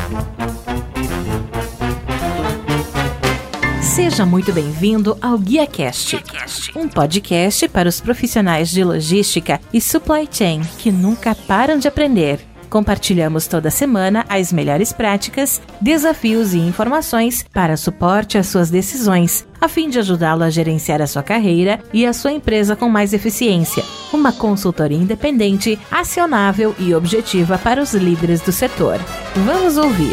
Seja muito bem-vindo ao GuiaCast, um podcast para os profissionais de logística e supply chain que nunca param de aprender. Compartilhamos toda semana as melhores práticas, desafios e informações para suporte às suas decisões, a fim de ajudá-lo a gerenciar a sua carreira e a sua empresa com mais eficiência. Uma consultoria independente, acionável e objetiva para os líderes do setor. Vamos ouvir!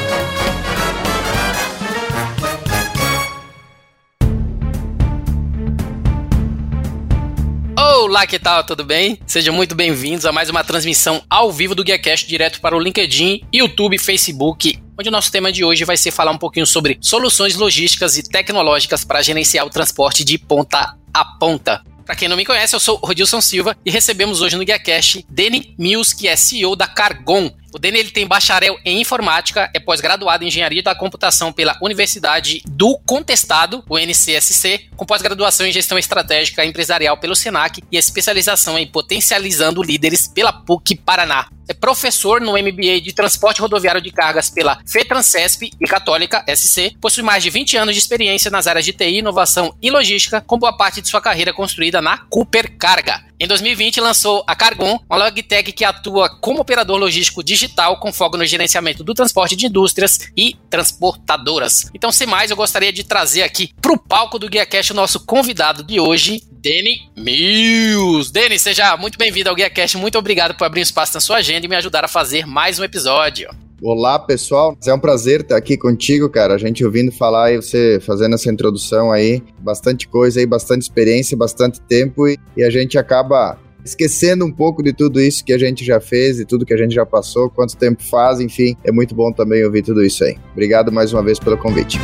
Olá, que tal? Tudo bem? Sejam muito bem-vindos a mais uma transmissão ao vivo do GuiaCast direto para o LinkedIn, YouTube, Facebook, onde o nosso tema de hoje vai ser falar um pouquinho sobre soluções logísticas e tecnológicas para gerenciar o transporte de ponta a ponta. Para quem não me conhece, eu sou o Rodilson Silva e recebemos hoje no GuiaCast Deni Mills, que é CEO da Cargon. O Deni ele tem bacharel em informática, é pós-graduado em engenharia da computação pela Universidade do Contestado, o NCSC, com pós-graduação em gestão estratégica empresarial pelo Senac e especialização em potencializando líderes pela PUC Paraná. É professor no MBA de Transporte Rodoviário de Cargas pela FETransESP e Católica SC, possui mais de 20 anos de experiência nas áreas de TI, inovação e logística, com boa parte de sua carreira construída na Cooper Carga. Em 2020, lançou a Cargon, uma logtech que atua como operador logístico digital com foco no gerenciamento do transporte de indústrias e transportadoras. Então, sem mais, eu gostaria de trazer aqui para o palco do GuiaCast o nosso convidado de hoje, Deni Mills. Deni, seja muito bem-vindo ao GuiaCast. Muito obrigado por abrir um espaço na sua agenda e me ajudar a fazer mais um episódio. Olá, pessoal. É um prazer estar aqui contigo, cara. A gente ouvindo falar e você fazendo essa introdução aí. Bastante coisa aí, bastante experiência, bastante tempo e a gente acaba esquecendo um pouco de tudo isso que a gente já fez e tudo que a gente já passou, quanto tempo faz, enfim. É muito bom também ouvir tudo isso aí. Obrigado mais uma vez pelo convite.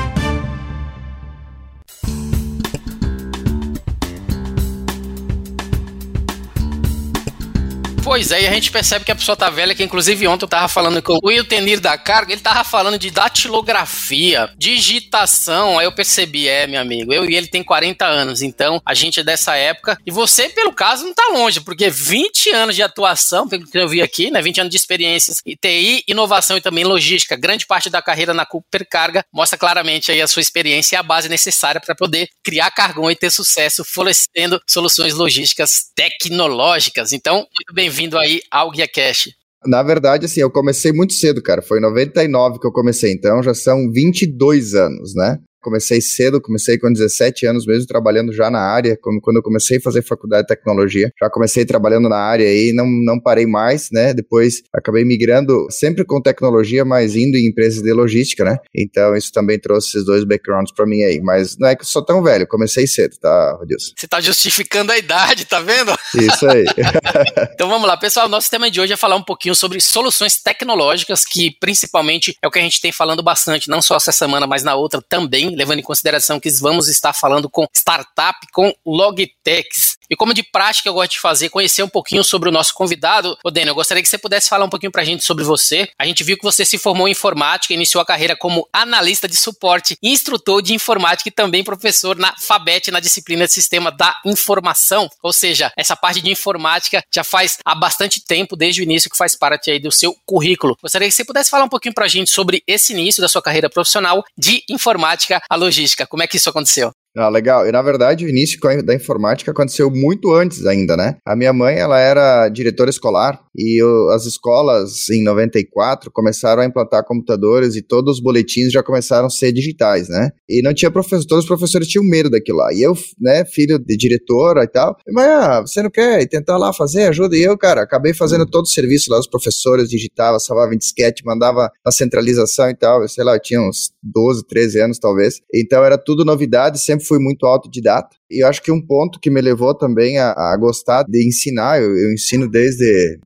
Pois é, e a gente percebe que a pessoa tá velha, que inclusive ontem eu tava falando com o Iltenir da Carga, ele tava falando de datilografia, digitação, aí eu percebi, meu amigo, eu e ele tem 40 anos, então a gente é dessa época, e você, pelo caso, não tá longe, porque 20 anos de atuação, pelo que eu vi aqui, né, 20 anos de experiências em TI, inovação e também logística, grande parte da carreira na Cooper Carga, mostra claramente aí a sua experiência e a base necessária para poder criar Cargon e ter sucesso, fornecendo soluções logísticas tecnológicas. Então, muito bem-vindo aí ao GuiaCast. Na verdade, assim, eu comecei muito cedo, cara. Foi em 99 que eu comecei, então já são 22 anos, né? Comecei cedo, comecei com 17 anos mesmo, trabalhando já na área, quando eu comecei a fazer faculdade de tecnologia, já comecei trabalhando na área aí, não parei mais, né, depois acabei migrando sempre com tecnologia, mas indo em empresas de logística, né, então isso também trouxe esses dois backgrounds pra mim aí, mas não é que eu sou tão velho, comecei cedo, tá, Rodilson? Você tá justificando a idade, tá vendo? Isso aí. Então vamos lá, pessoal, nosso tema de hoje é falar um pouquinho sobre soluções tecnológicas, que principalmente é o que a gente tem falando bastante, não só essa semana, mas na outra também, levando em consideração que vamos estar falando com startup, com logtechs. E como de prática eu gosto de fazer, conhecer um pouquinho sobre o nosso convidado. Ô Deni, eu gostaria que você pudesse falar um pouquinho pra gente sobre você. A gente viu que você se formou em informática, iniciou a carreira como analista de suporte, instrutor de informática e também professor na FABET, na disciplina de Sistema da Informação. Ou seja, essa parte de informática já faz há bastante tempo, desde o início, que faz parte aí do seu currículo. Gostaria que você pudesse falar um pouquinho pra gente sobre esse início da sua carreira profissional de informática a logística. Como é que isso aconteceu? Ah, legal. E, na verdade, o início da informática aconteceu muito antes ainda, né? A minha mãe, ela era diretora escolar e as escolas, em 94, começaram a implantar computadores e todos os boletins já começaram a ser digitais, né? E não tinha professor, todos os professores tinham medo daquilo lá. E eu, né, filho de diretora e tal, mas você não quer tentar lá fazer? Ajuda. E eu, cara, acabei fazendo todo o serviço lá, os professores digitavam, salvava em disquete, mandava na centralização e tal. Eu sei lá, eu tinha uns 12, 13 anos talvez. Então era tudo novidade, sempre fui muito autodidata. E eu acho que um ponto que me levou também a gostar de ensinar, eu ensino desde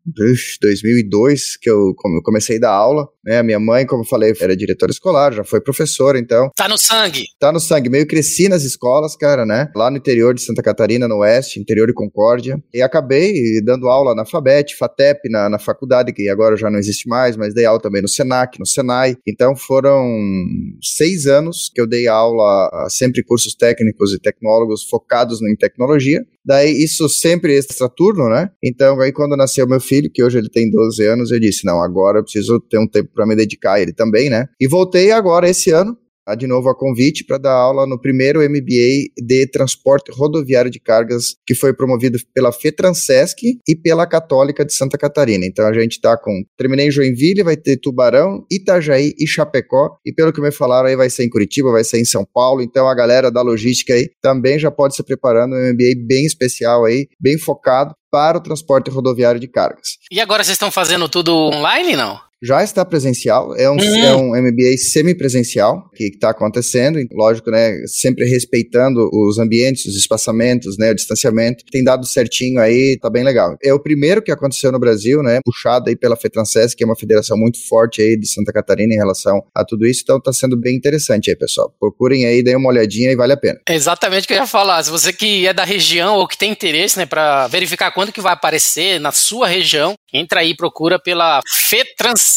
2002, que eu comecei a dar aula, né? A minha mãe, como eu falei, era diretora escolar, já foi professora, então... Tá no sangue! Tá no sangue. Meio cresci nas escolas, cara, né? Lá no interior de Santa Catarina, no oeste, interior de Concórdia. E acabei dando aula na FABET, FATEP, na faculdade, que agora já não existe mais, mas dei aula também no Senac, no Senai. Então foram 6 anos que eu dei aula, sempre cursos técnicos e tecnólogos focados em tecnologia. Daí isso sempre extraturno, né? Então aí quando nasceu meu filho, que hoje ele tem 12 anos, eu disse, não, agora eu preciso ter um tempo para me dedicar a ele também, né? E voltei agora esse ano, de novo a convite para dar aula no primeiro MBA de transporte rodoviário de cargas que foi promovido pela FETransesc e pela Católica de Santa Catarina. Então a gente está terminei em Joinville, vai ter Tubarão, Itajaí e Chapecó, e pelo que me falaram aí vai ser em Curitiba, vai ser em São Paulo, então a galera da logística aí também já pode se preparando um MBA bem especial aí, bem focado para o transporte rodoviário de cargas. E agora vocês estão fazendo tudo online, não? Já está presencial, é um MBA semipresencial que está acontecendo, lógico, né, sempre respeitando os ambientes, os espaçamentos, né, o distanciamento, tem dado certinho aí, tá bem legal. É o primeiro que aconteceu no Brasil, né, puxado aí pela FETransesc, que é uma federação muito forte aí de Santa Catarina em relação a tudo isso, então tá sendo bem interessante aí, pessoal. Procurem aí, deem uma olhadinha e vale a pena. É exatamente o que eu ia falar, se você que é da região ou que tem interesse, né, para verificar quando que vai aparecer na sua região, entra aí, procura pela FETransesc.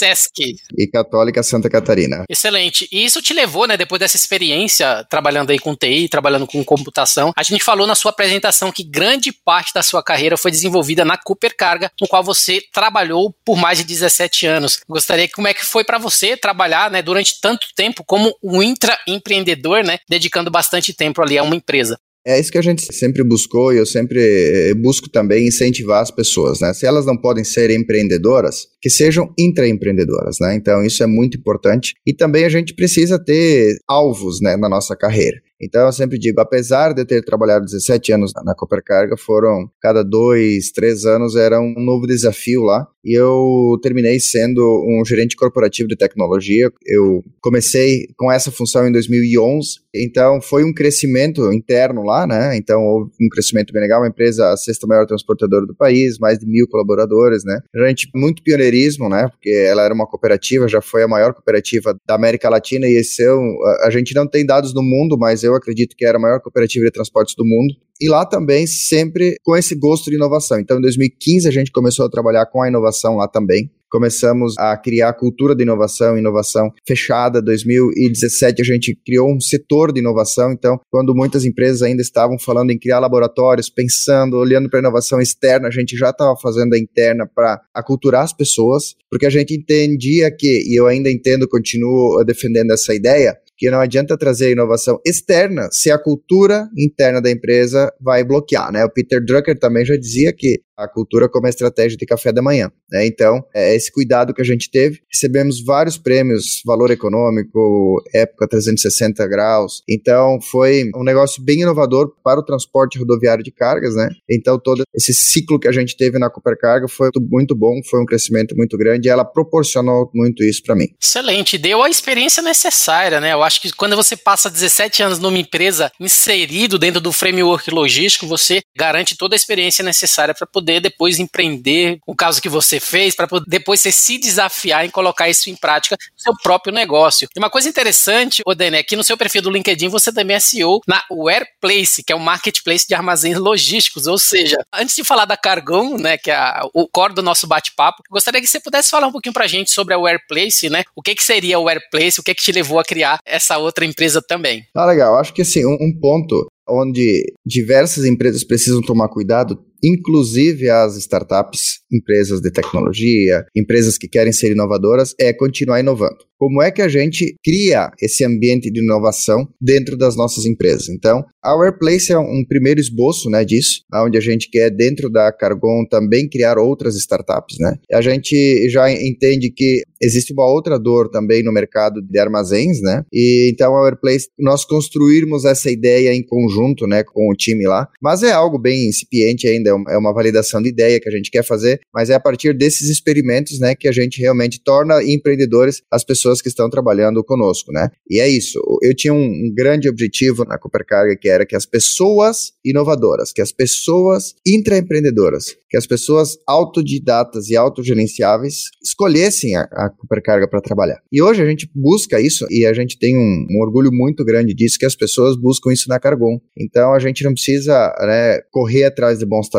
E Católica Santa Catarina. Excelente. E isso te levou, né, depois dessa experiência trabalhando aí com TI, trabalhando com computação, a gente falou na sua apresentação que grande parte da sua carreira foi desenvolvida na Cooper Carga, no qual você trabalhou por mais de 17 anos. Gostaria que como é que foi para você trabalhar, né, durante tanto tempo como um intraempreendedor, né, dedicando bastante tempo ali a uma empresa. É isso que a gente sempre buscou e eu sempre busco também incentivar as pessoas, né? Se elas não podem ser empreendedoras, que sejam intraempreendedoras, né? Então isso é muito importante e também a gente precisa ter alvos, né, na nossa carreira. Então eu sempre digo, apesar de eu ter trabalhado 17 anos na Cooper Carga, foram cada 2, 3 anos era um novo desafio lá e eu terminei sendo um gerente corporativo de tecnologia. Eu comecei com essa função em 2011, então foi um crescimento interno lá, né? Então houve um crescimento bem legal, uma empresa, a sexta maior transportadora do país, mais de 1.000 colaboradores, né? Gente, muito pioneirismo, né? Porque ela era uma cooperativa, já foi a maior cooperativa da América Latina e esse a gente não tem dados no mundo, mas eu acredito que era a maior cooperativa de transportes do mundo. E lá também sempre com esse gosto de inovação. Então, em 2015, a gente começou a trabalhar com a inovação lá também. Começamos a criar a cultura de inovação fechada. Em 2017, a gente criou um setor de inovação. Então, quando muitas empresas ainda estavam falando em criar laboratórios, pensando, olhando para a inovação externa, a gente já estava fazendo a interna para aculturar as pessoas, porque a gente entendia que, e eu ainda entendo, continuo defendendo essa ideia, que não adianta trazer inovação externa se a cultura interna da empresa vai bloquear, né? O Peter Drucker também já dizia que a cultura como a estratégia de café da manhã, né? Então, é esse cuidado que a gente teve. Recebemos vários prêmios, Valor Econômico, Época 360 Graus. Então, foi um negócio bem inovador para o transporte rodoviário de cargas, né? Então, todo esse ciclo que a gente teve na Cooper Carga foi muito bom, foi um crescimento muito grande e ela proporcionou muito isso para mim. Excelente, deu a experiência necessária, né? Eu acho que quando você passa 17 anos numa empresa inserido dentro do framework logístico, você garante toda a experiência necessária para poder depois empreender o caso que você fez, para depois você se desafiar em colocar isso em prática no seu próprio negócio. E uma coisa interessante, Odene, aqui no seu perfil do LinkedIn você também é CEO na Wareplace, que é um marketplace de armazéns logísticos, ou seja, antes de falar da Cargon, né, que é o core do nosso bate-papo, gostaria que você pudesse falar um pouquinho pra gente sobre a Wareplace, né? O que seria o Wareplace, o que te levou a criar essa outra empresa também? Legal, acho que assim, um ponto onde diversas empresas precisam tomar cuidado, inclusive as startups, empresas de tecnologia, empresas que querem ser inovadoras, é continuar inovando. Como é que a gente cria esse ambiente de inovação dentro das nossas empresas? Então, a Wareplace é um primeiro esboço, né, disso, onde a gente quer, dentro da Cargon, também criar outras startups, né? A gente já entende que existe uma outra dor também no mercado de armazéns, né? E então a Wareplace, nós construirmos essa ideia em conjunto, né, com o time lá, mas é algo bem incipiente ainda, é uma validação de ideia que a gente quer fazer, mas é a partir desses experimentos, né, que a gente realmente torna empreendedores as pessoas que estão trabalhando conosco, né? E é isso. Eu tinha um grande objetivo na Cooper Carga, que era que as pessoas inovadoras, que as pessoas intraempreendedoras, que as pessoas autodidatas e autogerenciáveis escolhessem a Cooper Carga para trabalhar. E hoje a gente busca isso e a gente tem um orgulho muito grande disso, que as pessoas buscam isso na Cargon. Então a gente não precisa, né, correr atrás de bons talentos.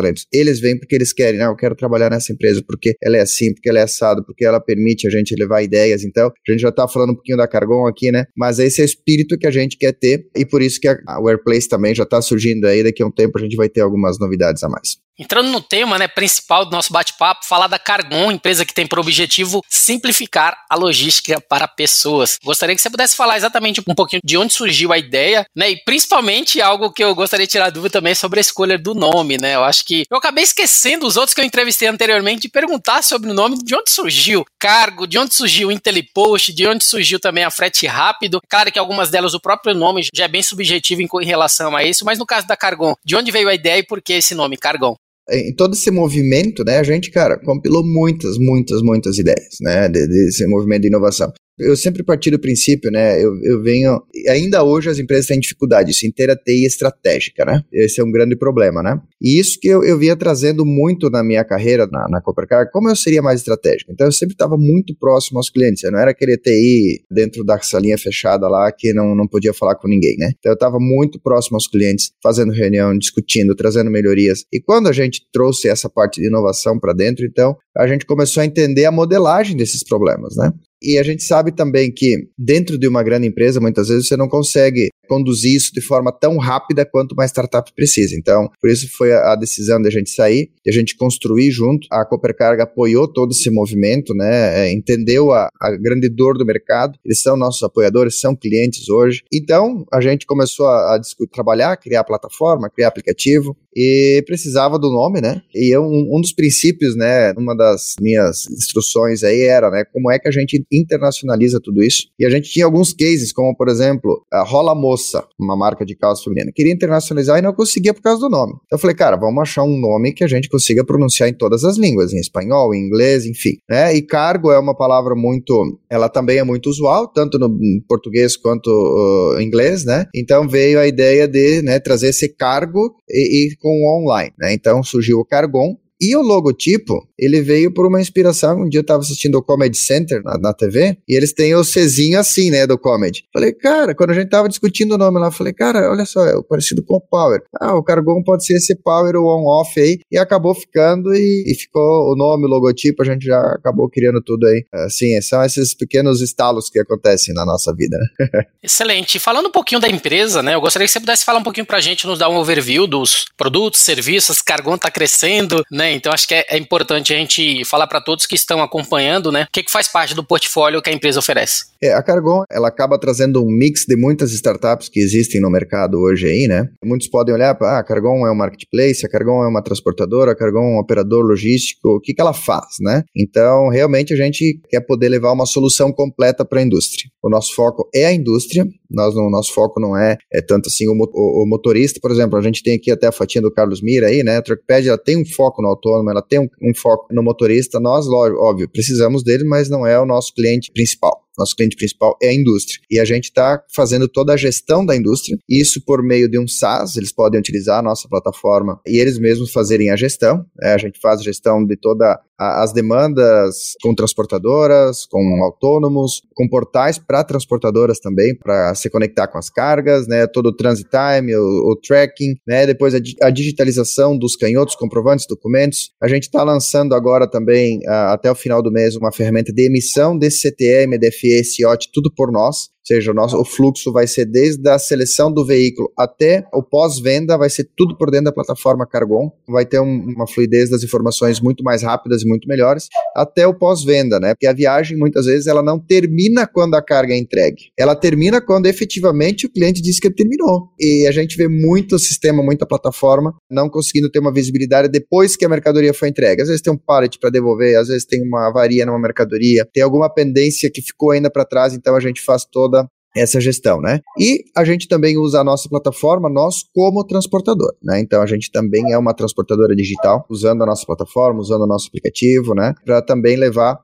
talentos. Eles vêm porque eles querem, eu quero trabalhar nessa empresa porque ela é assim, porque ela é assado, porque ela permite a gente levar ideias. Então, a gente já está falando um pouquinho da Cargon aqui, né? Mas esse é o espírito que a gente quer ter e por isso que a Workplace também já está surgindo aí. Daqui a um tempo a gente vai ter algumas novidades a mais. Entrando no tema, né, principal do nosso bate-papo, falar da Cargon, empresa que tem por objetivo simplificar a logística para pessoas. Gostaria que você pudesse falar exatamente um pouquinho de onde surgiu a ideia, né, e principalmente algo que eu gostaria de tirar dúvida também sobre a escolha do nome, né. Eu acho que eu acabei esquecendo os outros que eu entrevistei anteriormente de perguntar sobre o nome, de onde surgiu Cargo, de onde surgiu o IntelliPost, de onde surgiu também a Frete Rápido. Claro que algumas delas o próprio nome já é bem subjetivo em relação a isso, mas no caso da Cargon, de onde veio a ideia e por que esse nome, Cargon? Em todo esse movimento, né, a gente, compilou muitas ideias, né, desse movimento de inovação. Eu sempre parti do princípio, né, eu venho, ainda hoje as empresas têm dificuldade, isso ter a TI estratégica, né, esse é um grande problema, né, e isso que eu vinha trazendo muito na minha carreira na Coopercargo, como eu seria mais estratégico, então eu sempre estava muito próximo aos clientes, eu não era aquele TI dentro da salinha fechada lá que não podia falar com ninguém, né, então eu estava muito próximo aos clientes, fazendo reunião, discutindo, trazendo melhorias, e quando a gente trouxe essa parte de inovação para dentro, então a gente começou a entender a modelagem desses problemas, né. E a gente sabe também que dentro de uma grande empresa, muitas vezes você não consegue conduzir isso de forma tão rápida quanto uma startup precisa. Então, por isso foi a decisão de a gente sair, de a gente construir junto. A Coopercargo apoiou todo esse movimento, né? Entendeu a grande dor do mercado. Eles são nossos apoiadores, são clientes hoje. Então, a gente começou a trabalhar, criar plataforma, criar aplicativo e precisava do nome, né? E um dos princípios, né? Uma das minhas instruções aí era, né? Como é que a gente internacionaliza tudo isso? E a gente tinha alguns cases, como por exemplo, a Rola Moça, uma marca de calça feminina. Queria internacionalizar e não conseguia por causa do nome. Então eu falei, vamos achar um nome que a gente consiga pronunciar em todas as línguas, em espanhol, em inglês, enfim. Né? E cargo é uma palavra ela também é muito usual, tanto no português quanto em inglês, né? Então veio a ideia de, né, trazer esse cargo e com o online, né? Então surgiu o Cargon. E o logotipo, ele veio por uma inspiração. Um dia eu estava assistindo o Comedy Center na TV, e eles têm o Czinho assim, né, do Comedy. Falei, quando a gente tava discutindo o nome lá, falei, olha só, é parecido com o Power. O Cargon pode ser esse Power ou on-off aí, e acabou ficando, e ficou o nome, o logotipo, a gente já acabou criando tudo aí. Assim, são esses pequenos estalos que acontecem na nossa vida, né? Excelente. Falando um pouquinho da empresa, né, eu gostaria que você pudesse falar um pouquinho pra gente, nos dar um overview dos produtos, serviços, Cargon tá crescendo, né? Então acho que é importante a gente falar para todos que estão acompanhando, né, o que faz parte do portfólio que a empresa oferece. A Cargon, ela acaba trazendo um mix de muitas startups que existem no mercado hoje aí, né? Muitos podem olhar para a Cargon é um marketplace, a Cargon é uma transportadora, a Cargon é um operador logístico, o que ela faz, né? Então, realmente a gente quer poder levar uma solução completa para a indústria. O nosso foco é a indústria, o nosso foco não é tanto assim o motorista, por exemplo, a gente tem aqui até a fatinha do Carlos Mira aí, né? A Truckpad, ela tem um foco no autônomo, ela tem um foco no motorista, nós, óbvio, precisamos dele, mas não é o nosso cliente principal. Nosso cliente principal é a indústria. E a gente está fazendo toda a gestão da indústria, isso por meio de um SaaS, eles podem utilizar a nossa plataforma e eles mesmos fazerem a gestão. A gente faz a gestão de todas as demandas com transportadoras, com autônomos, com portais para transportadoras também, para se conectar com as cargas, né? Todo o transit time, o tracking, né? Depois a digitalização dos canhotos, comprovantes, documentos. A gente está lançando agora também, até o final do mês, uma ferramenta de emissão desse CTM, DFE, SIOT, tudo por nós. Ou seja, o fluxo vai ser desde a seleção do veículo até o pós-venda, vai ser tudo por dentro da plataforma Cargon. Vai ter uma fluidez das informações muito mais rápidas e muito melhores, até o pós-venda, né? Porque a viagem, muitas vezes, ela não termina quando a carga é entregue. Ela termina quando, efetivamente, o cliente diz que ele terminou. E a gente vê muito sistema, muita plataforma, não conseguindo ter uma visibilidade depois que a mercadoria foi entregue. Às vezes tem um pallet para devolver, às vezes tem uma avaria numa mercadoria, tem alguma pendência que ficou ainda para trás, então a gente faz toda essa gestão, né? E a gente também usa a nossa plataforma, nós como transportador, né? Então a gente também é uma transportadora digital, usando a nossa plataforma, usando o nosso aplicativo, né? Para também levar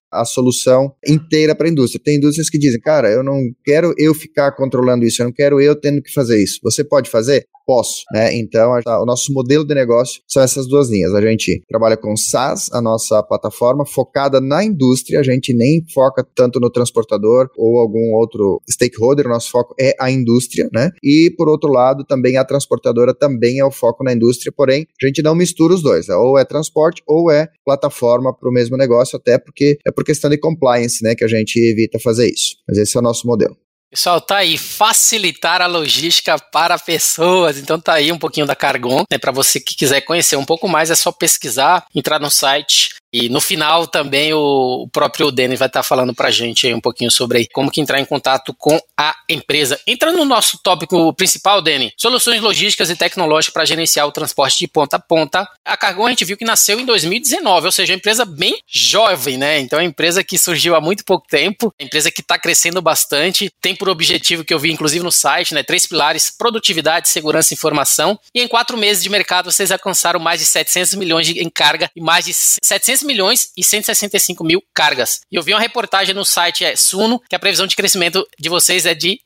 a solução inteira para a indústria. Tem indústrias que dizem, cara, eu não quero eu ficar controlando isso, eu não quero eu tendo que fazer isso. Você pode fazer? Posso, né? Então, o nosso modelo de negócio são essas duas linhas. A gente trabalha com SaaS, a nossa plataforma focada na indústria, a gente nem foca tanto no transportador ou algum outro stakeholder, o nosso foco é a indústria, né? E, por outro lado, também a transportadora também é o foco na indústria, porém, a gente não mistura os dois, né? Ou é transporte ou é plataforma para o mesmo negócio, até porque é por questão de compliance, né, que a gente evita fazer isso. Mas esse é o nosso modelo. Pessoal, tá aí, facilitar a logística para pessoas. Então tá aí um pouquinho da Cargon, né? Para você que quiser conhecer um pouco mais, é só pesquisar, entrar no site. E no final também o próprio Denis vai estar falando pra gente aí um pouquinho sobre como que entrar em contato com a empresa. Entrando no nosso tópico principal, Denis, soluções logísticas e tecnológicas para gerenciar o transporte de ponta a ponta. A Cargon a gente viu que nasceu em 2019, ou seja, é uma empresa bem jovem, né? Então é uma empresa que surgiu há muito pouco tempo, é uma empresa que está crescendo bastante, tem por objetivo, que eu vi inclusive no site, né? 3 pilares: produtividade, segurança e informação. E em 4 meses de mercado vocês alcançaram mais de 700 milhões em carga e mais de 700 milhões e 165 mil cargas. E eu vi uma reportagem no site Suno, que a previsão de crescimento de vocês é de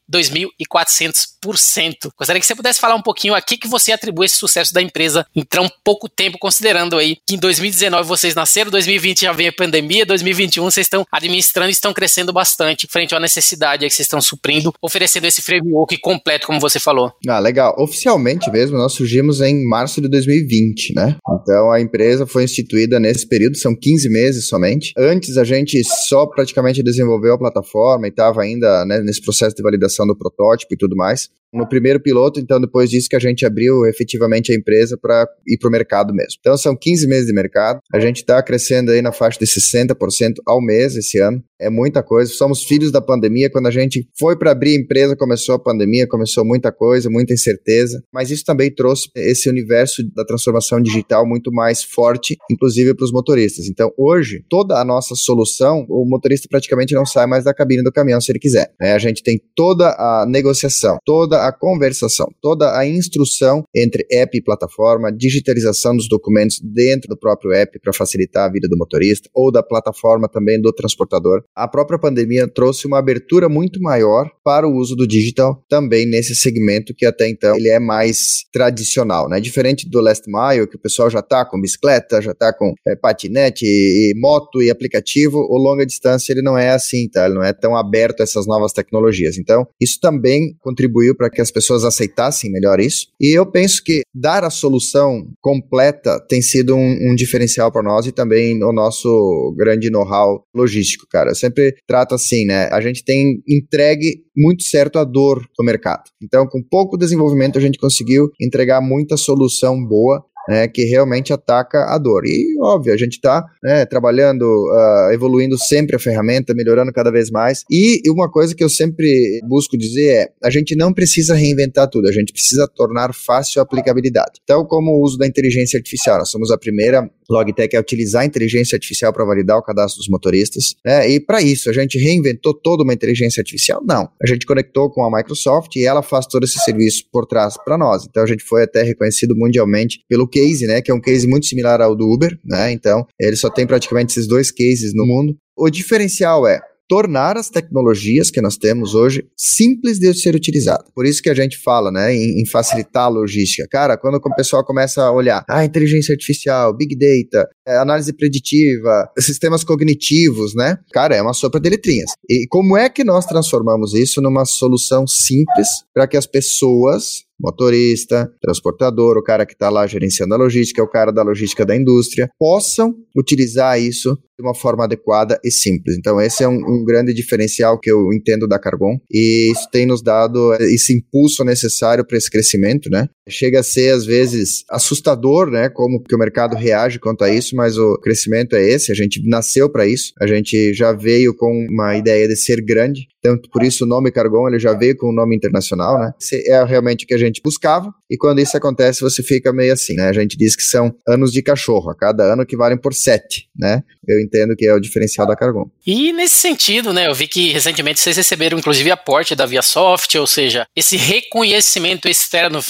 2.400%. Gostaria que você pudesse falar um pouquinho a que você atribui esse sucesso da empresa em tão pouco tempo, considerando aí que em 2019 vocês nasceram, 2020 já veio a pandemia, 2021 vocês estão administrando e estão crescendo bastante frente à necessidade aí que vocês estão suprindo, oferecendo esse framework completo, como você falou. Ah, legal. Oficialmente mesmo, nós surgimos em março de 2020, né? Então a empresa foi instituída nesse período, são 15 meses somente. Antes a gente só praticamente desenvolveu a plataforma e estava ainda, né, nesse processo de validação do protótipo e tudo mais. No primeiro piloto, então depois disso que a gente abriu efetivamente a empresa para ir para o mercado mesmo. Então são 15 meses de mercado, a gente está crescendo aí na faixa de 60% ao mês esse ano, é muita coisa, somos filhos da pandemia. Quando a gente foi para abrir a empresa, começou a pandemia, começou muita coisa, muita incerteza, mas isso também trouxe esse universo da transformação digital muito mais forte, inclusive para os motoristas. Então hoje, toda a nossa solução, o motorista praticamente não sai mais da cabine do caminhão se ele quiser, né? A gente tem toda a negociação, toda a conversação, toda a instrução entre app e plataforma, digitalização dos documentos dentro do próprio app para facilitar a vida do motorista ou da plataforma também do transportador. A própria pandemia trouxe uma abertura muito maior para o uso do digital também nesse segmento que até então ele é mais tradicional, né? Diferente do last mile, que o pessoal já está com bicicleta, já está com patinete e moto e aplicativo, o longa distância ele não é assim, tá? Ele não é tão aberto a essas novas tecnologias. Então, isso também contribuiu para que as pessoas aceitassem melhor isso. E eu penso que dar a solução completa tem sido um diferencial para nós e também o nosso grande know-how logístico, cara. Eu sempre trato assim, né? A gente tem entregue muito certo a dor do mercado. Então, com pouco desenvolvimento, a gente conseguiu entregar muita solução boa, né, que realmente ataca a dor. E, óbvio, a gente está, né, trabalhando, evoluindo sempre a ferramenta, melhorando cada vez mais. E uma coisa que eu sempre busco dizer é, a gente não precisa reinventar tudo, a gente precisa tornar fácil a aplicabilidade. Então, como o uso da inteligência artificial, nós somos a primeira logtech a utilizar a inteligência artificial para validar o cadastro dos motoristas, né? E para isso, a gente reinventou toda uma inteligência artificial? Não. A gente conectou com a Microsoft e ela faz todo esse serviço por trás para nós. Então, a gente foi até reconhecido mundialmente pelo case, né? Que é um case muito similar ao do Uber, né? Então, ele só tem praticamente esses 2 cases no mundo. O diferencial é tornar as tecnologias que nós temos hoje simples de ser utilizadas. Por isso que a gente fala, né, em facilitar a logística. Cara, quando o pessoal começa a olhar inteligência artificial, big data, análise preditiva, sistemas cognitivos, né? Cara, é uma sopa de letrinhas. E como é que nós transformamos isso numa solução simples para que as pessoas, motorista, transportador, o cara que está lá gerenciando a logística, o cara da logística da indústria, possam utilizar isso de uma forma adequada e simples. Então esse é um grande diferencial que eu entendo da Cargon e isso tem nos dado esse impulso necessário para esse crescimento, né? Chega a ser às vezes assustador, né? Como que o mercado reage quanto a isso, mas o crescimento é esse, a gente nasceu para isso, a gente já veio com uma ideia de ser grande, então por isso o nome Cargon, ele já veio com um nome internacional, né? É realmente o que a gente buscava e quando isso acontece você fica meio assim, né? A gente diz que são anos de cachorro, a cada ano que valem por 7, né? Eu entendo que é o diferencial da Cargon. E nesse sentido, né, eu vi que recentemente vocês receberam inclusive aporte da ViaSoft, ou seja, esse reconhecimento externo frente a tudo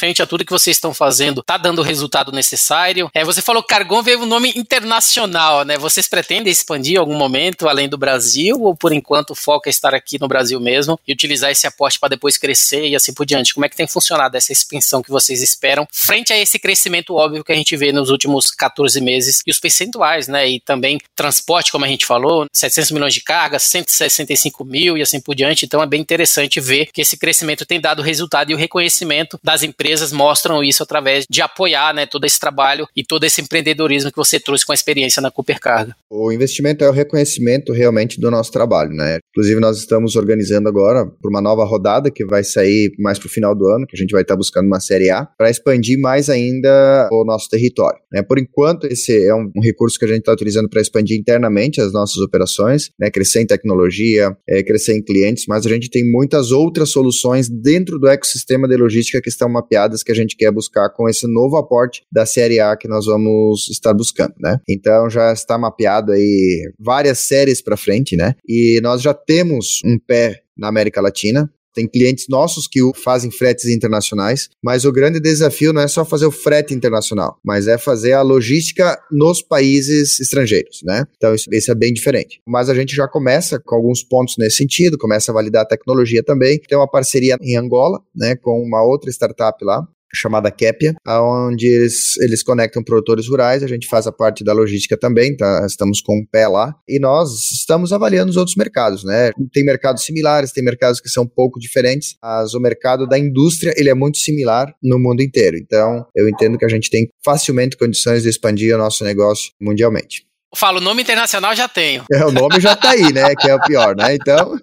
tudo que vocês estão fazendo está dando o resultado necessário. Você falou que Cargon veio um nome internacional, né? Vocês pretendem expandir em algum momento além do Brasil ou por enquanto o foco é estar aqui no Brasil mesmo e utilizar esse aporte para depois crescer e assim por diante? Como é que tem funcionado essa expansão que vocês esperam frente a esse crescimento óbvio que a gente vê nos últimos 14 meses e os percentuais, né? E também transporte, como a gente falou, 700 milhões de cargas, 165 mil e assim por diante. Então é bem interessante ver que esse crescimento tem dado resultado e o reconhecimento das empresas mostram isso através de apoiar, né, todo esse trabalho e todo esse empreendedorismo que você trouxe com a experiência na Cooper Carga. O investimento é o reconhecimento realmente do nosso trabalho, né? Inclusive nós estamos organizando agora por uma nova rodada que vai sair mais para o final do ano, que a gente vai estar buscando uma Série A, para expandir mais ainda o nosso território, né? Por enquanto, esse é um recurso que a gente está utilizando para expandir internamente as nossas operações, né? Crescer em tecnologia, crescer em clientes, mas a gente tem muitas outras soluções dentro do ecossistema de logística que estão mapeadas que a gente quer buscar com esse novo aporte da Série A que nós vamos estar buscando, né? Então já está mapeado aí várias séries para frente, né? E nós já temos um pé na América Latina. Tem clientes nossos que fazem fretes internacionais, mas o grande desafio não é só fazer o frete internacional, mas é fazer a logística nos países estrangeiros, né? Então isso é bem diferente. Mas a gente já começa com alguns pontos nesse sentido, começa a validar a tecnologia também. Tem uma parceria em Angola, né, com uma outra startup lá, chamada Kepia, onde eles conectam produtores rurais, a gente faz a parte da logística também, tá? Estamos com um pé lá, e nós estamos avaliando os outros mercados, né? Tem mercados similares, tem mercados que são um pouco diferentes, mas o mercado da indústria, ele é muito similar no mundo inteiro, então eu entendo que a gente tem facilmente condições de expandir o nosso negócio mundialmente. Falo, o nome internacional já tenho. O nome já tá aí, né? Que é o pior, né? Então...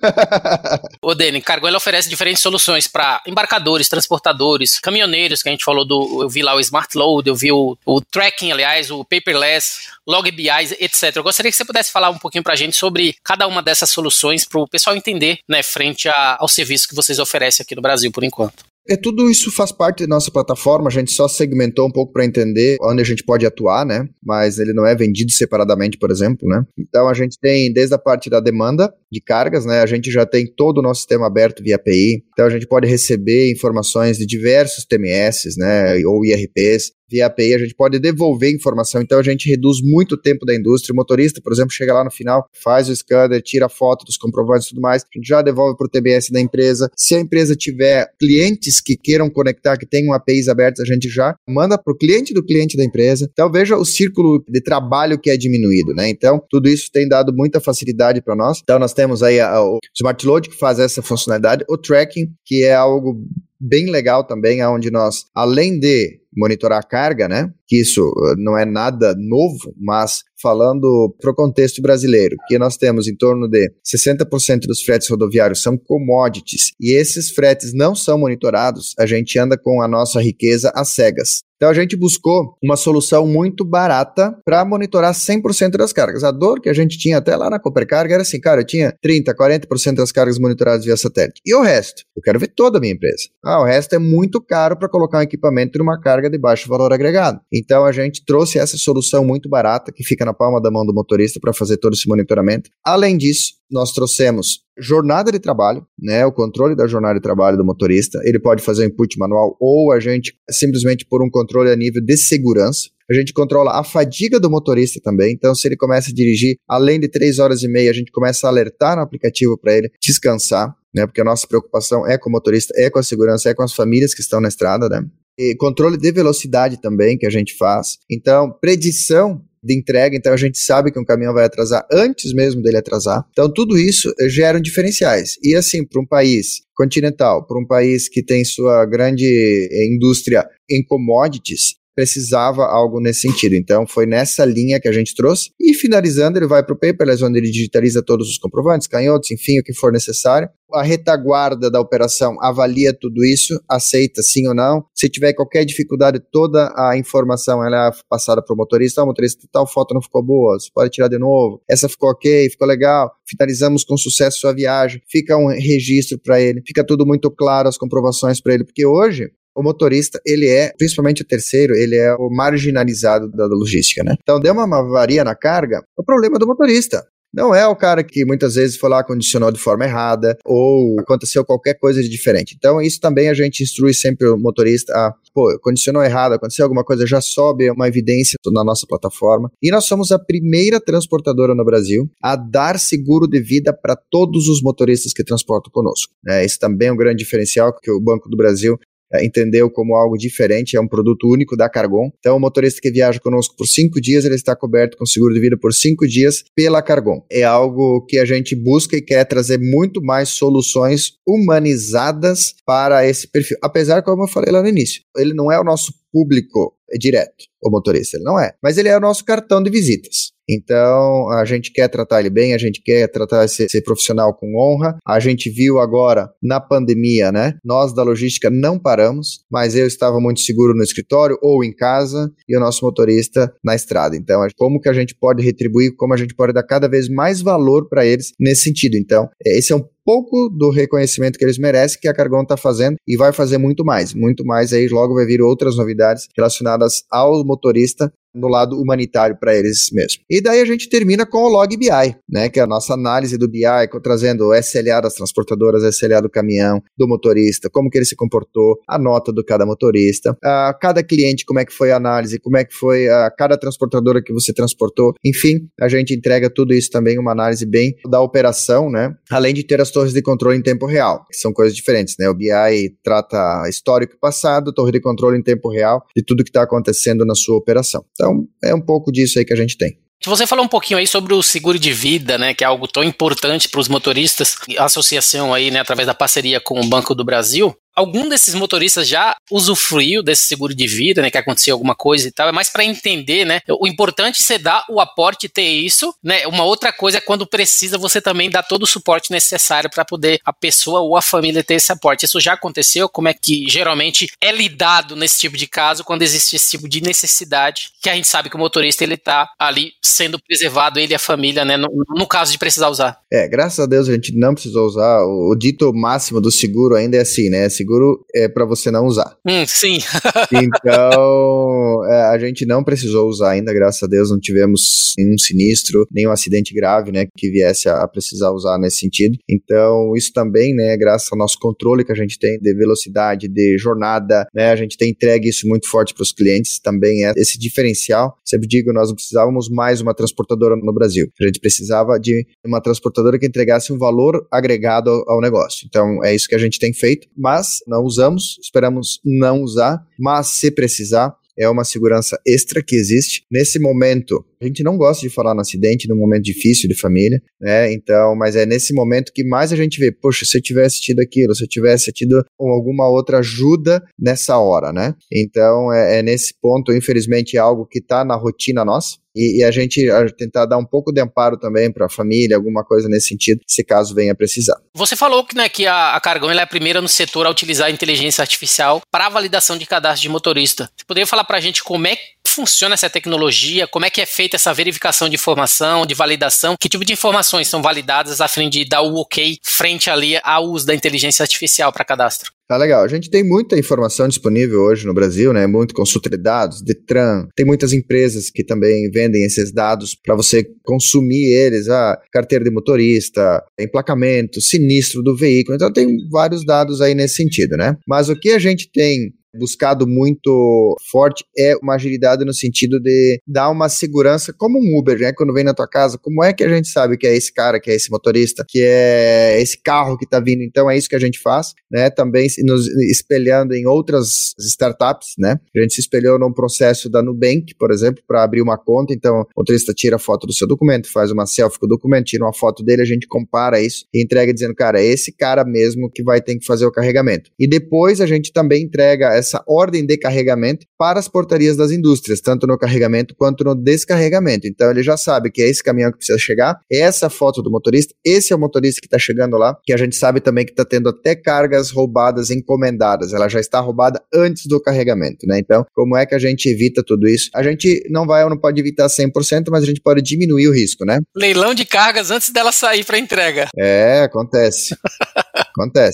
O Deni, Cargon ele oferece diferentes soluções para embarcadores, transportadores, caminhoneiros, que a gente falou eu vi lá o Smart Load, eu vi o Tracking, aliás, o Paperless, Log BI, etc. Eu gostaria que você pudesse falar um pouquinho pra gente sobre cada uma dessas soluções para o pessoal entender, né, frente ao serviço que vocês oferecem aqui no Brasil, por enquanto. Tudo isso faz parte da nossa plataforma, a gente só segmentou um pouco para entender onde a gente pode atuar, né? Mas ele não é vendido separadamente, por exemplo, né? Então a gente tem desde a parte da demanda de cargas, né? A gente já tem todo o nosso sistema aberto via API, então a gente pode receber informações de diversos TMS, né? Ou IRPs. Via API, a gente pode devolver informação, então a gente reduz muito o tempo da indústria. O motorista, por exemplo, chega lá no final, faz o scanner, tira a foto dos comprovantes e tudo mais, a gente já devolve para o TMS da empresa. Se a empresa tiver clientes que queiram conectar, que tenham APIs abertas, a gente já manda para o cliente do cliente da empresa. Então veja o círculo de trabalho que é diminuído, né? Então tudo isso tem dado muita facilidade para nós. Então nós temos aí o Smart Load, que faz essa funcionalidade, o Tracking, que é algo bem legal também, onde nós, além de monitorar a carga, né? Que isso não é nada novo, mas falando para o contexto brasileiro, que nós temos em torno de 60% dos fretes rodoviários são commodities, e esses fretes não são monitorados, a gente anda com a nossa riqueza às cegas. Então a gente buscou uma solução muito barata para monitorar 100% das cargas. A dor que a gente tinha até lá na Cooper Carga era assim, cara, eu tinha 30%, 40% das cargas monitoradas via satélite. E o resto? Eu quero ver toda a minha empresa. O resto é muito caro para colocar um equipamento numa carga de baixo valor agregado. Então a gente trouxe essa solução muito barata que fica na palma da mão do motorista para fazer todo esse monitoramento. Além disso, nós trouxemos jornada de trabalho, né, o controle da jornada de trabalho do motorista. Ele pode fazer um input manual ou a gente simplesmente por um controle a nível de segurança. A gente controla a fadiga do motorista também, então se ele começa a dirigir além de 3 horas e meia, a gente começa a alertar no aplicativo para ele descansar, né, porque a nossa preocupação é com o motorista, é com a segurança, é com as famílias que estão na estrada, né. E controle de velocidade também que a gente faz. Então, predição de entrega, então a gente sabe que um caminhão vai atrasar antes mesmo dele atrasar. Então tudo isso gera diferenciais. E assim, para um país continental, para um país que tem sua grande indústria em commodities, precisava algo nesse sentido. Então foi nessa linha que a gente trouxe. E finalizando, ele vai para o paperless, onde ele digitaliza todos os comprovantes, canhotos, enfim, o que for necessário. A retaguarda da operação avalia tudo isso, aceita sim ou não. Se tiver qualquer dificuldade, toda a informação ela é passada para o motorista. O motorista, tal foto não ficou boa, você pode tirar de novo. Essa ficou ok, ficou legal. Finalizamos com sucesso sua viagem. Fica um registro para ele. Fica tudo muito claro, as comprovações para ele. Porque hoje, o motorista, ele é, principalmente o terceiro, ele é o marginalizado da logística, né? Então, deu uma avaria na carga, o problema é do motorista. Não é o cara que muitas vezes foi lá, condicionou de forma errada ou aconteceu qualquer coisa de diferente. Então, isso também a gente instrui sempre o motorista a, condicionou errado, aconteceu alguma coisa, já sobe uma evidência na nossa plataforma. E nós somos a primeira transportadora no Brasil a dar seguro de vida para todos os motoristas que transportam conosco. Esse também é um grande diferencial que o Banco do Brasil entendeu como algo diferente, é um produto único da Cargon. Então, o motorista que viaja conosco por 5 dias, ele está coberto com seguro de vida por 5 dias pela Cargon. É algo que a gente busca e quer trazer muito mais soluções humanizadas para esse perfil. Apesar, como eu falei lá no início, ele não é o nosso público direto, o motorista, ele não é. Mas ele é o nosso cartão de visitas. Então, a gente quer tratar ele bem, a gente quer tratar esse profissional com honra. A gente viu agora, na pandemia, né? Nós da logística não paramos, mas eu estava muito seguro no escritório ou em casa e o nosso motorista na estrada. Então, como que a gente pode retribuir, como a gente pode dar cada vez mais valor para eles nesse sentido. Então, esse é um pouco do reconhecimento que eles merecem, que a Cargon está fazendo e vai fazer muito mais aí logo vai vir outras novidades relacionadas ao motorista no lado humanitário para eles mesmos. E daí a gente termina com o Log BI, né, que é a nossa análise do BI, trazendo o SLA das transportadoras, SLA do caminhão, do motorista, como que ele se comportou, a nota do cada motorista, cada cliente, como é que foi a análise, como é que foi cada transportadora que você transportou, enfim, a gente entrega tudo isso também, uma análise bem da operação, né, além de ter as torres de controle em tempo real, que são coisas diferentes, né, o BI trata histórico passado, torre de controle em tempo real, de tudo que está acontecendo na sua operação. Então, é um pouco disso aí que a gente tem. Você falou um pouquinho aí sobre o seguro de vida, né, que é algo tão importante para os motoristas, a associação aí, né, através da parceria com o Banco do Brasil. Algum desses motoristas já usufruiu desse seguro de vida, né, que aconteceu alguma coisa e tal, é mais para entender, né, o importante é você dar o aporte e ter isso, né, uma outra coisa é quando precisa você também dar todo o suporte necessário para poder a pessoa ou a família ter esse aporte. Isso já aconteceu? Como é que geralmente é lidado nesse tipo de caso quando existe esse tipo de necessidade, que a gente sabe que o motorista ele tá ali sendo preservado, ele e a família, né, no caso de precisar usar? Graças a Deus a gente não precisou usar, o dito máximo do seguro ainda é assim, né, seguro é para você não usar. Sim. Então, a gente não precisou usar ainda, graças a Deus, não tivemos nenhum sinistro, nenhum acidente grave, né, que viesse a precisar usar nesse sentido. Então, isso também, né, graças ao nosso controle que a gente tem de velocidade, de jornada, né, a gente tem entregue isso muito forte para os clientes, também é esse diferencial. Sempre digo, nós não precisávamos mais uma transportadora no Brasil, a gente precisava de uma transportadora que entregasse um valor agregado ao negócio. Então, é isso que a gente tem feito, mas não usamos, esperamos não usar, mas se precisar, é uma segurança extra que existe. Nesse momento, a gente não gosta de falar no acidente, num momento difícil de família, né? Então, mas é nesse momento que mais a gente vê, poxa, se eu tivesse tido aquilo, se eu tivesse tido alguma outra ajuda nessa hora, né? Então, é nesse ponto, infelizmente, é algo que está na rotina nossa. E a gente tentar dar um pouco de amparo também para a família, alguma coisa nesse sentido, se caso venha precisar. Você falou que, né, que a Cargon ela é a primeira no setor a utilizar a inteligência artificial para a validação de cadastro de motorista. Você poderia falar para a gente como é que funciona essa tecnologia, como é que é feita essa verificação de informação, de validação, que tipo de informações são validadas a fim de dar o ok frente ali ao uso da inteligência artificial para cadastro? Tá legal, a gente tem muita informação disponível hoje no Brasil, né, muito consulta de dados, Detran, tem muitas empresas que também vendem esses dados para você consumir eles, carteira de motorista, emplacamento, sinistro do veículo, então tem vários dados aí nesse sentido, né, mas o que a gente tem buscado muito forte é uma agilidade no sentido de dar uma segurança como um Uber, né? Quando vem na tua casa, como é que a gente sabe que é esse cara, que é esse motorista, que é esse carro que tá vindo? Então é isso que a gente faz, né? Também nos espelhando em outras startups, né? A gente se espelhou num processo da Nubank, por exemplo, para abrir uma conta. Então o motorista tira a foto do seu documento, faz uma selfie com o documento, tira uma foto dele, a gente compara isso e entrega dizendo, cara, é esse cara mesmo que vai ter que fazer o carregamento. E depois a gente também entrega essa ordem de carregamento para as portarias das indústrias, tanto no carregamento quanto no descarregamento. Então ele já sabe que é esse caminhão que precisa chegar, é essa foto do motorista, esse é o motorista que está chegando lá, que a gente sabe também que está tendo até cargas roubadas encomendadas, ela já está roubada antes do carregamento, né? Então, como é que a gente evita tudo isso? A gente não pode evitar 100%, mas a gente pode diminuir o risco, né? Leilão de cargas antes dela sair para entrega. Acontece. Acontece.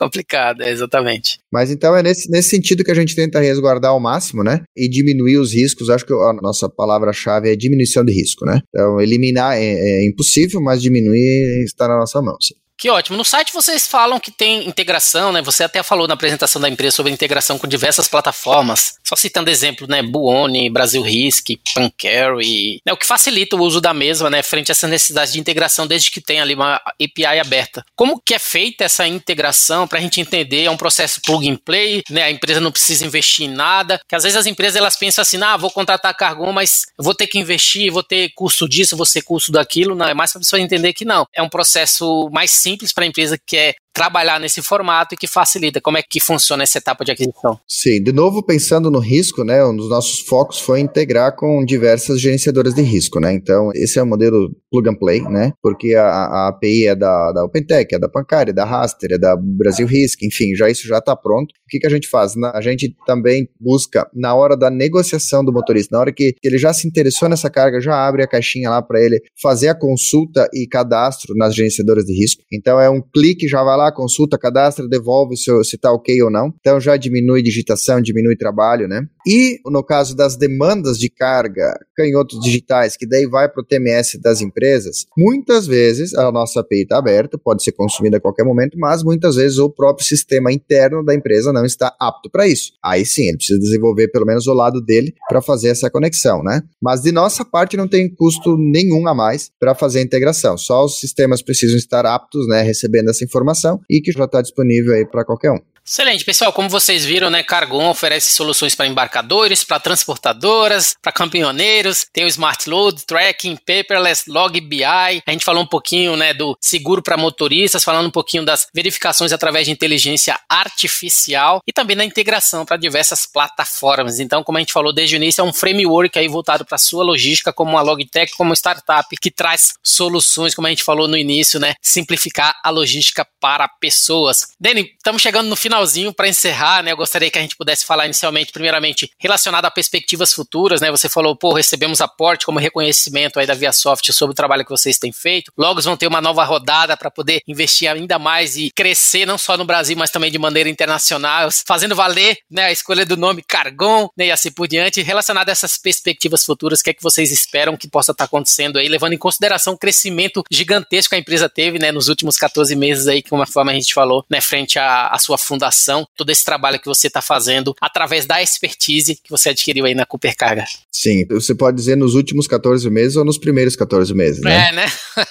complicado, exatamente. Mas então é nesse sentido que a gente tenta resguardar ao máximo, né? E diminuir os riscos. Acho que a nossa palavra-chave é diminuição de risco, né? Então, eliminar é impossível, mas diminuir está na nossa mão, sim. Que ótimo. No site vocês falam que tem integração, né? Você até falou na apresentação da empresa sobre integração com diversas plataformas. Só citando exemplo, né? Buoni, Brasil Risk, Pancari, né? O que facilita o uso da mesma, né? Frente a essa necessidade de integração, desde que tenha ali uma API aberta. Como que é feita essa integração para a gente entender? É um processo plug and play, né? A empresa não precisa investir em nada. Que às vezes as empresas elas pensam assim, vou contratar a Cargon, mas vou ter que investir, vou ter custo disso, vou ter custo daquilo. Não, é mais para a pessoa entender que não. É um processo mais simples para a empresa que quer trabalhar nesse formato e que facilita. Como é que funciona essa etapa de aquisição? Sim, de novo pensando no risco, né, um dos nossos focos foi integrar com diversas gerenciadoras de risco, né, então esse é o modelo plug and play, né, porque a API é da OpenTech, é da Pancari, é da Raster, é da Brasil Risk, enfim, isso já está pronto. O que a gente faz? A gente também busca, na hora da negociação do motorista, na hora que ele já se interessou nessa carga, já abre a caixinha lá para ele fazer a consulta e cadastro nas gerenciadoras de risco. Então é um clique, já vai lá, consulta, cadastra, devolve se está ok ou não. Então já diminui digitação, diminui trabalho, né? E no caso das demandas de carga, canhotos digitais, que daí vai para o TMS das empresas, muitas vezes a nossa API está aberta, pode ser consumida a qualquer momento, mas muitas vezes o próprio sistema interno da empresa não está apto para isso. Aí sim, ele precisa desenvolver pelo menos o lado dele para fazer essa conexão, né? Mas de nossa parte não tem custo nenhum a mais para fazer a integração. Só os sistemas precisam estar aptos, né, recebendo essa informação e que já está disponível aí para qualquer um. Excelente, pessoal, como vocês viram, né, Cargon oferece soluções para embarcadores, para transportadoras, para caminhoneiros, tem o Smart Load, Tracking, Paperless, Log BI, a gente falou um pouquinho, né, do seguro para motoristas, falando um pouquinho das verificações através de inteligência artificial e também da integração para diversas plataformas. Então, como a gente falou desde o início, é um framework aí voltado para a sua logística, como uma Logitech, como uma startup que traz soluções, como a gente falou no início, né, simplificar a logística para pessoas. Dani, estamos chegando no finalzinho para encerrar, né? Eu gostaria que a gente pudesse falar inicialmente, primeiramente, relacionado a perspectivas futuras, né? Você falou, recebemos aporte como reconhecimento aí da ViaSoft sobre o trabalho que vocês têm feito. Logo vão ter uma nova rodada para poder investir ainda mais e crescer, não só no Brasil, mas também de maneira internacional, fazendo valer, né, a escolha do nome Cargon, né, e assim por diante. Relacionado a essas perspectivas futuras, o que é que vocês esperam que possa estar acontecendo aí, levando em consideração o crescimento gigantesco que a empresa teve, né, nos últimos 14 meses aí, que uma forma a gente falou, né, frente à sua fundação, todo esse trabalho que você está fazendo através da expertise que você adquiriu aí na Cooper Carga. Sim, você pode dizer nos últimos 14 meses ou nos primeiros 14 meses, né? Né?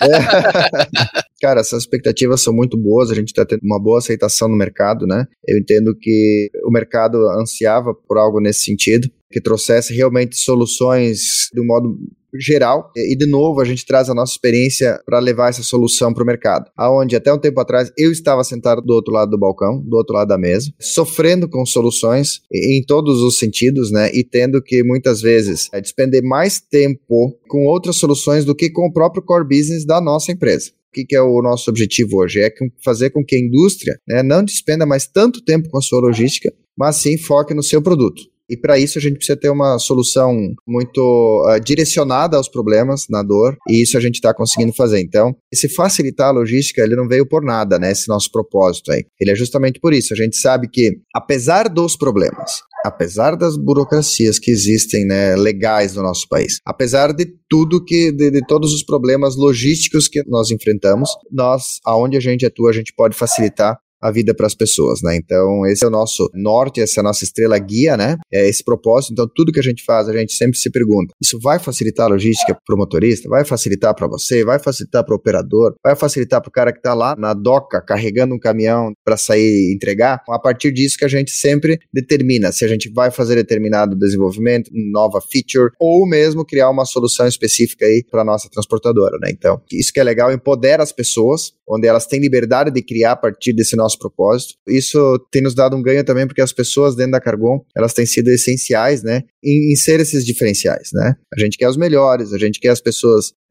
Cara, essas expectativas são muito boas, a gente está tendo uma boa aceitação no mercado, né? Eu entendo que o mercado ansiava por algo nesse sentido, que trouxesse realmente soluções de um modo geral, e de novo a gente traz a nossa experiência para levar essa solução para o mercado, aonde até um tempo atrás eu estava sentado do outro lado do balcão, do outro lado da mesa, sofrendo com soluções em todos os sentidos, né, e tendo que muitas vezes despender mais tempo com outras soluções do que com o próprio core business da nossa empresa. O que é o nosso objetivo hoje? É fazer com que a indústria, né, não despenda mais tanto tempo com a sua logística, mas sim foque no seu produto. E para isso a gente precisa ter uma solução muito direcionada aos problemas, na dor, e isso a gente está conseguindo fazer. Então, esse facilitar a logística, ele não veio por nada, né, esse nosso propósito aí. Ele é justamente por isso. A gente sabe que, apesar dos problemas, apesar das burocracias que existem, né, legais no nosso país, apesar de tudo de todos os problemas logísticos que nós enfrentamos, aonde a gente atua, a gente pode facilitar a vida para as pessoas, né? Então, esse é o nosso norte, essa é a nossa estrela guia, né? É esse propósito. Então, tudo que a gente faz, a gente sempre se pergunta, isso vai facilitar a logística para o motorista? Vai facilitar para você? Vai facilitar para o operador? Vai facilitar para o cara que está lá na doca, carregando um caminhão para sair e entregar? A partir disso que a gente sempre determina se a gente vai fazer determinado desenvolvimento, nova feature, ou mesmo criar uma solução específica aí para a nossa transportadora, né? Então, isso que é legal, empodera as pessoas, onde elas têm liberdade de criar a partir desse nosso propósito. Isso tem nos dado um ganho também, porque as pessoas dentro da Cargon, elas têm sido essenciais, né, em ser esses diferenciais, né? A gente quer os melhores, a gente quer as pessoas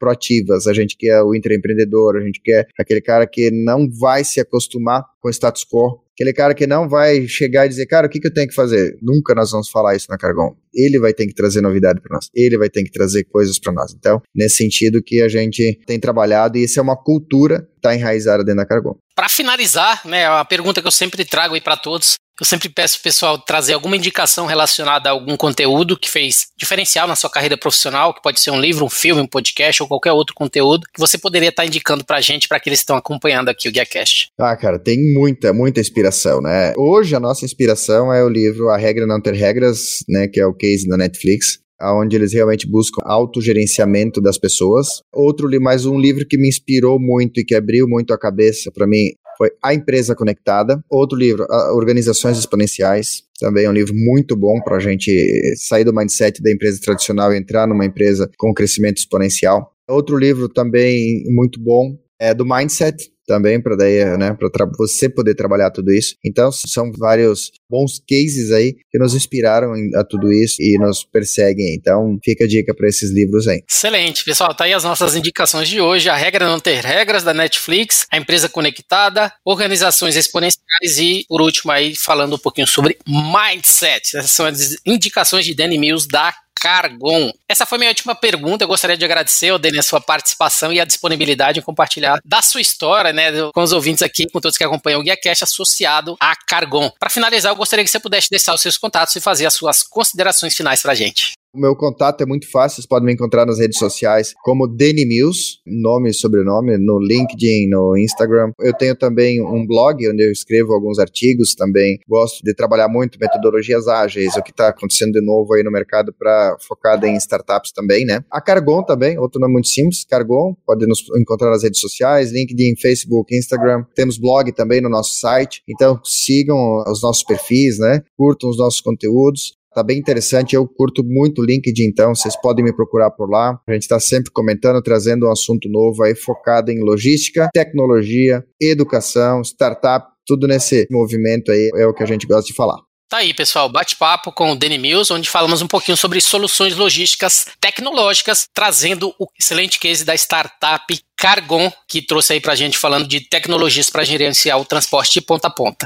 proativas, a gente quer o intraempreendedor, a gente quer aquele cara que não vai se acostumar com o status quo, aquele cara que não vai chegar e dizer, cara, o que eu tenho que fazer? Nunca nós vamos falar isso na Cargon. Ele vai ter que trazer novidade para nós, ele vai ter que trazer coisas para nós. Então, nesse sentido que a gente tem trabalhado, e isso é uma cultura que está enraizada dentro da Cargon. Para finalizar, né, a pergunta que eu sempre trago aí para todos, eu sempre peço pro pessoal trazer alguma indicação relacionada a algum conteúdo que fez diferencial na sua carreira profissional, que pode ser um livro, um filme, um podcast ou qualquer outro conteúdo que você poderia estar indicando pra gente, para aqueles que estão acompanhando aqui o GuiaCast. Cara, tem muita inspiração, né? Hoje a nossa inspiração é o livro A Regra Não Ter Regras, né, que é o case da Netflix, onde eles realmente buscam autogerenciamento das pessoas. Mais um livro que me inspirou muito e que abriu muito a cabeça para mim foi A Empresa Conectada. Outro livro, Organizações Exponenciais, também é um livro muito bom para a gente sair do mindset da empresa tradicional e entrar numa empresa com crescimento exponencial. Outro livro também muito bom é do Mindset, também para daí, né, para você poder trabalhar tudo isso. Então, são vários bons cases aí que nos inspiraram a tudo isso e nos perseguem. Então, fica a dica para esses livros aí. Excelente, pessoal. Tá aí as nossas indicações de hoje. A Regra Não Ter Regras, da Netflix, A Empresa Conectada, Organizações Exponenciais e, por último, aí falando um pouquinho sobre Mindset. Essas são as indicações de Danny Mills da Cargon. Essa foi minha última pergunta. Eu gostaria de agradecer, Dani, a sua participação e a disponibilidade em compartilhar da sua história, né, com os ouvintes aqui, com todos que acompanham o GuiaCast associado à Cargon. Para finalizar, eu gostaria que você pudesse deixar os seus contatos e fazer as suas considerações finais para a gente. O meu contato é muito fácil, vocês podem me encontrar nas redes sociais como Danny Mills, nome e sobrenome, no LinkedIn, no Instagram. Eu tenho também um blog onde eu escrevo alguns artigos também. Gosto de trabalhar muito metodologias ágeis, o que está acontecendo de novo aí no mercado focado em startups também, né? A Cargon também, outro nome muito simples, Cargon, pode nos encontrar nas redes sociais, LinkedIn, Facebook, Instagram. Temos blog também no nosso site, então sigam os nossos perfis, né? Curtam os nossos conteúdos. Tá bem interessante, eu curto muito o LinkedIn, então vocês podem me procurar por lá. A gente está sempre comentando, trazendo um assunto novo aí focado em logística, tecnologia, educação, startup, tudo nesse movimento aí é o que a gente gosta de falar. Tá aí, pessoal, bate-papo com o Danny Mills, onde falamos um pouquinho sobre soluções logísticas tecnológicas, trazendo o excelente case da startup Cargon, que trouxe aí pra gente falando de tecnologias para gerenciar o transporte de ponta a ponta.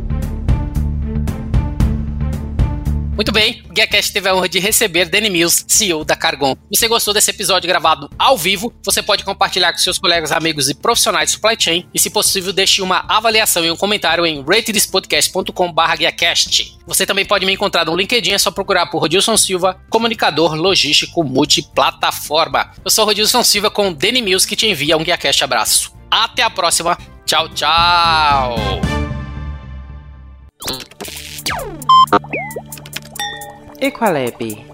Muito bem, o GuiaCast teve a honra de receber Danny Mills, CEO da Cargon. Se você gostou desse episódio gravado ao vivo, você pode compartilhar com seus colegas, amigos e profissionais de supply chain e, se possível, deixe uma avaliação e um comentário em ratedspodcast.com/GuiaCast. Você também pode me encontrar no LinkedIn, é só procurar por Rodilson Silva, comunicador logístico multiplataforma. Eu sou Rodilson Silva com Danny Mills, que te envia um GuiaCast abraço. Até a próxima. Tchau, tchau. Equalab.